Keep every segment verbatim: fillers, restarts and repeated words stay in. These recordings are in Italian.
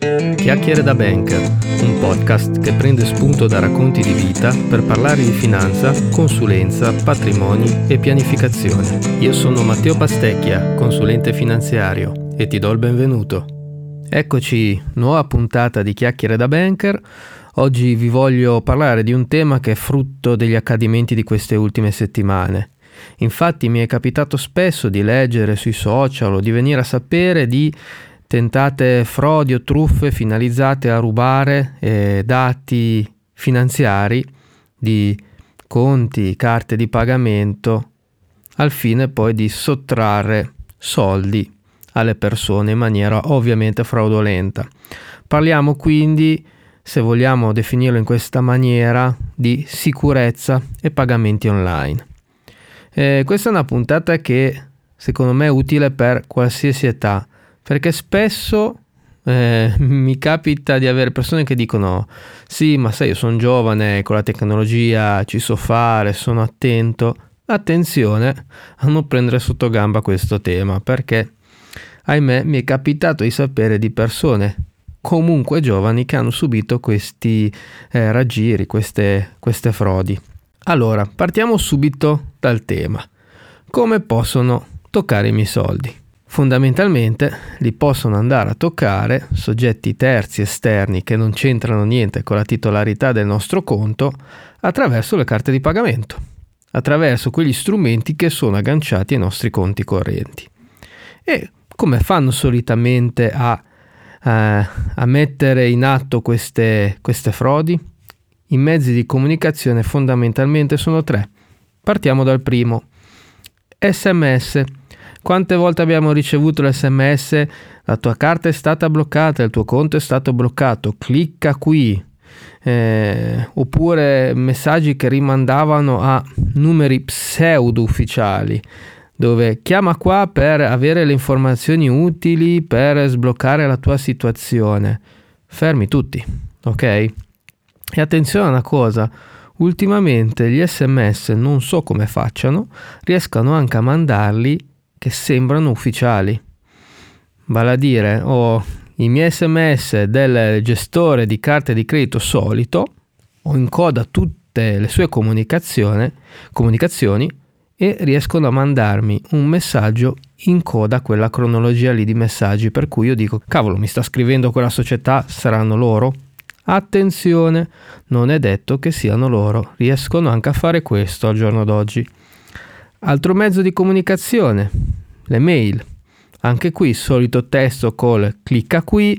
Chiacchiere da banker, un podcast che prende spunto da racconti di vita per parlare di finanza, consulenza, patrimoni e pianificazione. Io sono Matteo Pastecchia, consulente finanziario, e ti do il benvenuto. Eccoci, nuova puntata di Chiacchiere da banker. Oggi vi voglio parlare di un tema che è frutto degli accadimenti di queste ultime settimane. Infatti mi è capitato spesso di leggere sui social o di venire a sapere di tentate frodi o truffe finalizzate a rubare eh, dati finanziari di conti, carte di pagamento, al fine poi di sottrarre soldi alle persone in maniera ovviamente fraudolenta. Parliamo quindi, se vogliamo definirlo in questa maniera, di sicurezza e pagamenti online. Eh, questa è una puntata che secondo me è utile per qualsiasi età, perché spesso eh, mi capita di avere persone che dicono sì, ma sai, io sono giovane, con la tecnologia ci so fare, sono attento. Attenzione a non prendere sotto gamba questo tema, perché ahimè mi è capitato di sapere di persone comunque giovani che hanno subito questi eh, raggiri, queste, queste frodi. Allora, partiamo subito dal tema. Come possono toccare i miei soldi? Fondamentalmente li possono andare a toccare soggetti terzi esterni che non c'entrano niente con la titolarità del nostro conto attraverso le carte di pagamento, attraverso quegli strumenti che sono agganciati ai nostri conti correnti. E come fanno solitamente a, a, a mettere in atto queste, queste frodi? I mezzi di comunicazione fondamentalmente sono tre. Partiamo dal primo. S M S. Quante volte abbiamo ricevuto l'esse emme esse? La tua carta è stata bloccata, il tuo conto è stato bloccato, clicca qui. Eh, oppure messaggi che rimandavano a numeri pseudo ufficiali, dove chiama qua per avere le informazioni utili per sbloccare la tua situazione. Fermi tutti, ok? E attenzione a una cosa, ultimamente gli esse emme esse, non so come facciano, riescono anche a mandarli che sembrano ufficiali. Vale a dire, ho i miei esse emme esse del gestore di carte di credito solito, ho in coda tutte le sue comunicazioni, comunicazioni e riescono a mandarmi un messaggio in coda a quella cronologia lì di messaggi, per cui io dico, cavolo, mi sta scrivendo quella società, saranno loro? Attenzione, non è detto che siano loro, riescono anche a fare questo al giorno d'oggi. Altro mezzo di comunicazione, le mail. Anche qui solito testo col clicca qui,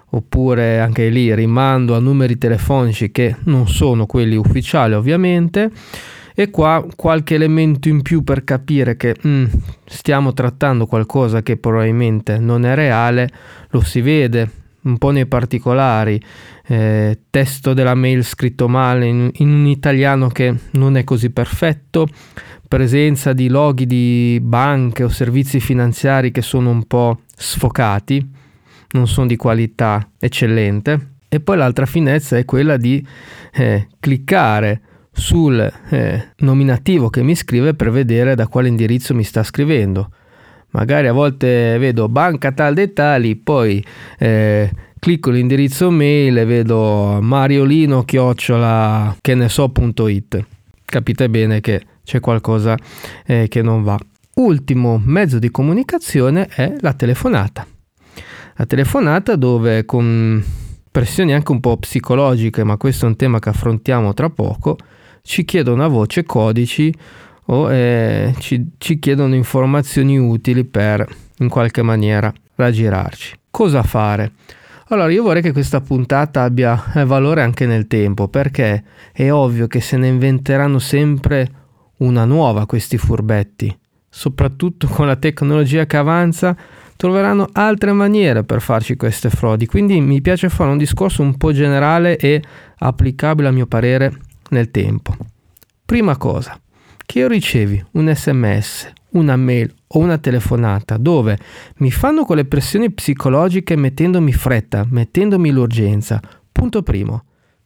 oppure anche lì rimando a numeri telefonici che non sono quelli ufficiali ovviamente, e qua qualche elemento in più per capire che mm, stiamo trattando qualcosa che probabilmente non è reale, lo si vede un po' nei particolari, eh, testo della mail scritto male in, in un italiano che non è così perfetto, presenza di loghi di banche o servizi finanziari che sono un po' sfocati, non sono di qualità eccellente. E poi l'altra finezza è quella di eh, cliccare sul eh, nominativo che mi scrive per vedere da quale indirizzo mi sta scrivendo. Magari a volte vedo banca tal dei tali, poi eh, clicco l'indirizzo mail e vedo mariolino chiocciola che ne so punto it. Capite bene che c'è qualcosa eh, che non va. Ultimo mezzo di comunicazione è la telefonata. La telefonata dove con pressioni anche un po' psicologiche, ma questo è un tema che affrontiamo tra poco, ci chiedono a voce codici o eh, ci, ci chiedono informazioni utili per in qualche maniera raggirarci. Cosa fare? Allora, io vorrei che questa puntata abbia valore anche nel tempo, perché è ovvio che se ne inventeranno sempre una nuova questi furbetti. Soprattutto con la tecnologia che avanza, troveranno altre maniere per farci queste frodi. Quindi mi piace fare un discorso un po' generale e applicabile a mio parere nel tempo. Prima cosa, che io ricevi un esse emme esse, una mail o una telefonata dove mi fanno quelle pressioni psicologiche mettendomi fretta, mettendomi l'urgenza. Punto primo.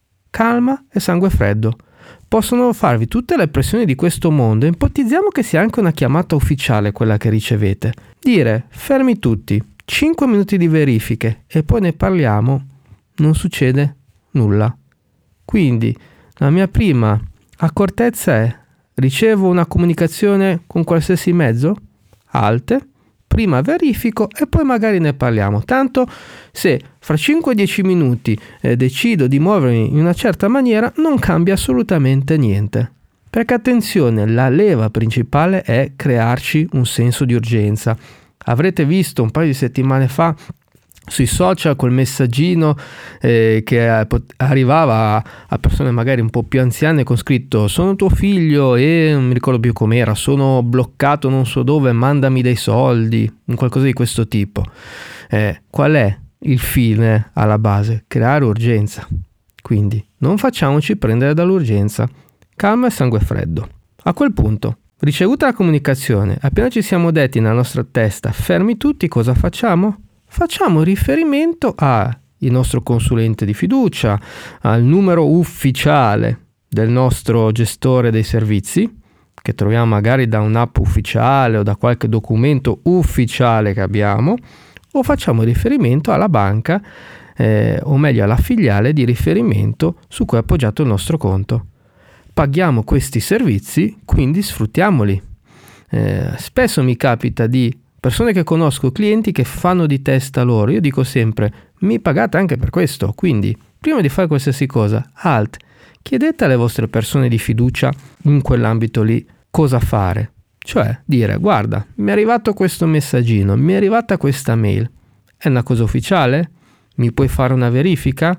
Calma e sangue freddo. Possono farvi tutte le pressioni di questo mondo, ipotizziamo che sia anche una chiamata ufficiale quella che ricevete. Dire, fermi tutti, cinque minuti di verifiche e poi ne parliamo, non succede nulla. Quindi la mia prima accortezza è: ricevo una comunicazione con qualsiasi mezzo? Alte, prima verifico e poi magari ne parliamo. Tanto se fra cinque dieci minuti eh, decido di muovermi in una certa maniera, non cambia assolutamente niente. Perché attenzione, la leva principale è crearci un senso di urgenza. Avrete visto un paio di settimane fa sui social quel messaggino eh, che arrivava a, a persone magari un po' più anziane con scritto: sono tuo figlio e non mi ricordo più com'era, sono bloccato non so dove, mandami dei soldi, un qualcosa di questo tipo. Eh, qual è il fine alla base? Creare urgenza. Quindi non facciamoci prendere dall'urgenza, calma e sangue freddo. A quel punto, ricevuta la comunicazione, appena ci siamo detti nella nostra testa fermi tutti, cosa facciamo? Facciamo riferimento al nostro consulente di fiducia, al numero ufficiale del nostro gestore dei servizi, che troviamo magari da un'app ufficiale o da qualche documento ufficiale che abbiamo, o facciamo riferimento alla banca, eh, o meglio alla filiale di riferimento su cui è appoggiato il nostro conto. Paghiamo questi servizi, quindi sfruttiamoli. Eh, spesso mi capita di persone che conosco, clienti che fanno di testa loro. Io dico sempre: mi pagate anche per questo, quindi prima di fare qualsiasi cosa, alt, chiedete alle vostre persone di fiducia in quell'ambito lì cosa fare. Cioè dire: guarda, mi è arrivato questo messaggino, mi è arrivata questa mail, è una cosa ufficiale? Mi puoi fare una verifica?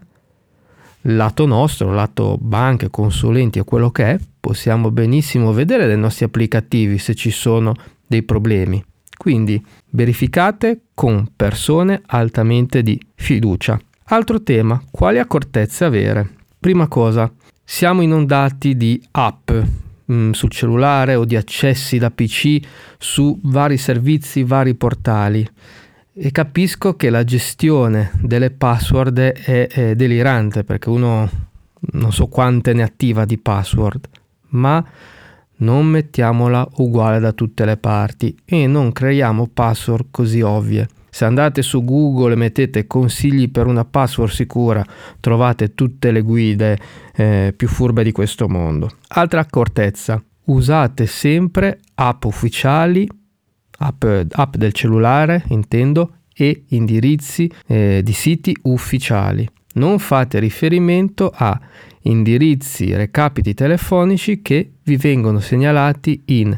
Lato nostro, lato banche, consulenti e quello che è, possiamo benissimo vedere dai nostri applicativi se ci sono dei problemi. Quindi verificate con persone altamente di fiducia. Altro tema: quali accortezze avere? Prima cosa, siamo inondati di app mh, sul cellulare o di accessi da P C su vari servizi, vari portali. E capisco che la gestione delle password è, è delirante, perché uno non so quante ne attiva di password, ma non mettiamola uguale da tutte le parti e non creiamo password così ovvie. Se andate su Google e mettete consigli per una password sicura, trovate tutte le guide eh, più furbe di questo mondo. Altra accortezza: usate sempre app ufficiali, app, app del cellulare intendo, e indirizzi eh, di siti ufficiali. Non fate riferimento a indirizzi, recapiti telefonici che vi vengono segnalati in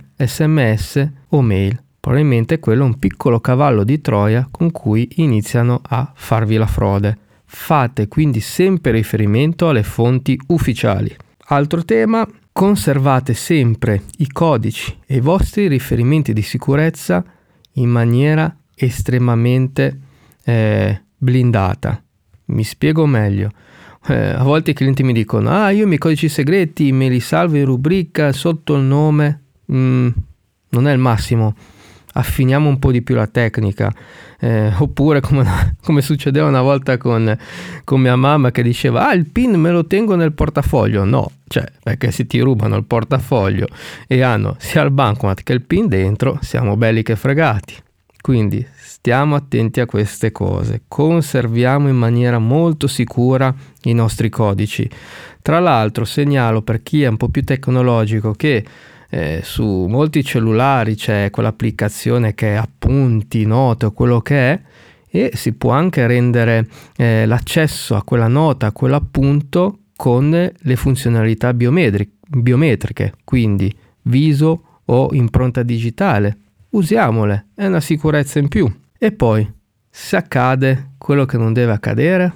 sms o mail. Probabilmente quello è un piccolo cavallo di Troia con cui iniziano a farvi la frode. Fate quindi sempre riferimento alle fonti ufficiali. Altro tema: conservate sempre i codici e i vostri riferimenti di sicurezza in maniera estremamente eh, blindata. Mi spiego meglio. Eh, a volte i clienti mi dicono: ah, io i miei codici segreti me li salvo in rubrica sotto il nome. Mm, non è il massimo. Affiniamo un po' di più la tecnica. Eh, oppure come, come succedeva una volta con, con mia mamma, che diceva: ah, il PIN me lo tengo nel portafoglio. No, cioè, perché se ti rubano il portafoglio e hanno sia il bancomat che il PIN dentro, siamo belli che fregati. Quindi stiamo attenti a queste cose, conserviamo in maniera molto sicura i nostri codici. Tra l'altro segnalo, per chi è un po' più tecnologico, che eh, su molti cellulari c'è quell'applicazione che è appunti, note o quello che è, e si può anche rendere eh, l'accesso a quella nota, a quell'appunto, con le funzionalità biometri- biometriche, quindi viso o impronta digitale. Usiamole, è una sicurezza in più. E poi, se accade quello che non deve accadere,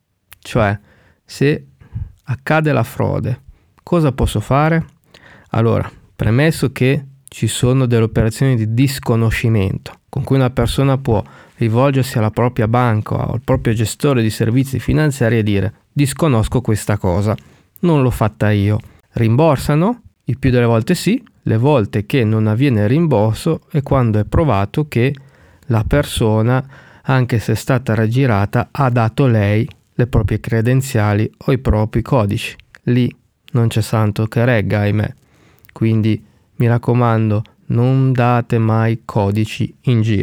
cioè se accade la frode, cosa posso fare? Allora, premesso che ci sono delle operazioni di disconoscimento con cui una persona può rivolgersi alla propria banca o al proprio gestore di servizi finanziari e dire: disconosco questa cosa, non l'ho fatta io. Rimborsano? Il più delle volte sì. Le volte che non avviene il rimborso è quando è provato che la persona, anche se è stata raggirata, ha dato lei le proprie credenziali o i propri codici. Lì non c'è santo che regga, ahimè. Quindi mi raccomando, non date mai codici in giro.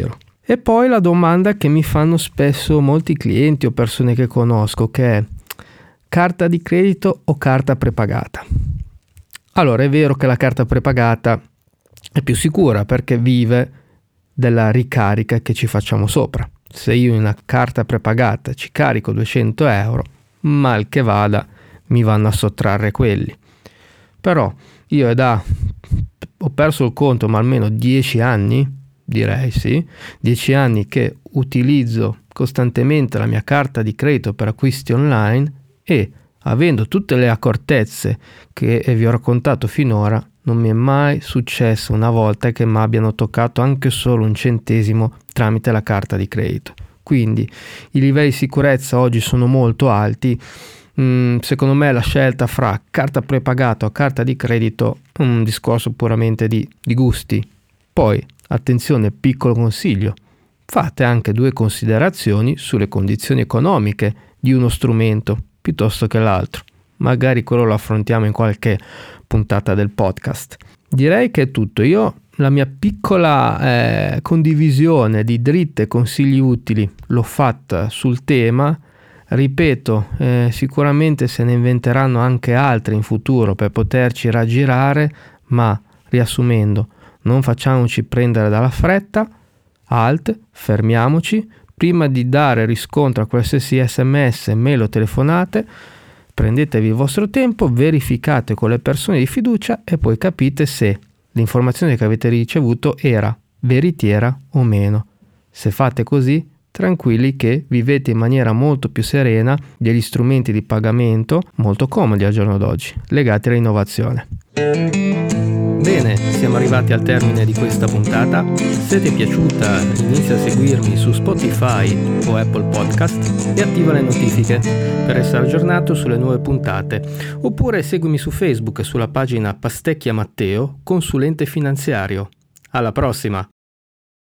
E poi la domanda che mi fanno spesso molti clienti o persone che conosco, che è: carta di credito o carta prepagata? Allora, è vero che la carta prepagata è più sicura perché vive della ricarica che ci facciamo sopra. Se io in una carta prepagata ci carico duecento euro, mal che vada mi vanno a sottrarre quelli. Però io è da ho perso il conto, ma almeno dieci anni, direi sì, dieci anni che utilizzo costantemente la mia carta di credito per acquisti online, e avendo tutte le accortezze che vi ho raccontato finora, non mi è mai successo una volta che mi abbiano toccato anche solo un centesimo tramite la carta di credito. Quindi i livelli di sicurezza oggi sono molto alti. Mm, secondo me la scelta fra carta prepagata o carta di credito è un discorso puramente di, di gusti. Poi, attenzione, piccolo consiglio: fate anche due considerazioni sulle condizioni economiche di uno strumento piuttosto che l'altro. Magari quello lo affrontiamo in qualche puntata del podcast. Direi che è tutto. Io la mia piccola eh, condivisione di dritte e consigli utili l'ho fatta sul tema. Ripeto, eh, sicuramente se ne inventeranno anche altri in futuro per poterci raggirare, ma riassumendo, non facciamoci prendere dalla fretta, alt, fermiamoci, prima di dare riscontro a qualsiasi sms, mail o telefonate. Prendetevi il vostro tempo, verificate con le persone di fiducia e poi capite se l'informazione che avete ricevuto era veritiera o meno. Se fate così, tranquilli che vivete in maniera molto più serena degli strumenti di pagamento molto comodi al giorno d'oggi, legati all'innovazione. Bene, siamo arrivati al termine di questa puntata. Se ti è piaciuta, inizia a seguirmi su Spotify o Apple Podcast e attiva le notifiche per essere aggiornato sulle nuove puntate. Oppure seguimi su Facebook e sulla pagina Pastecchia Matteo, consulente finanziario. Alla prossima!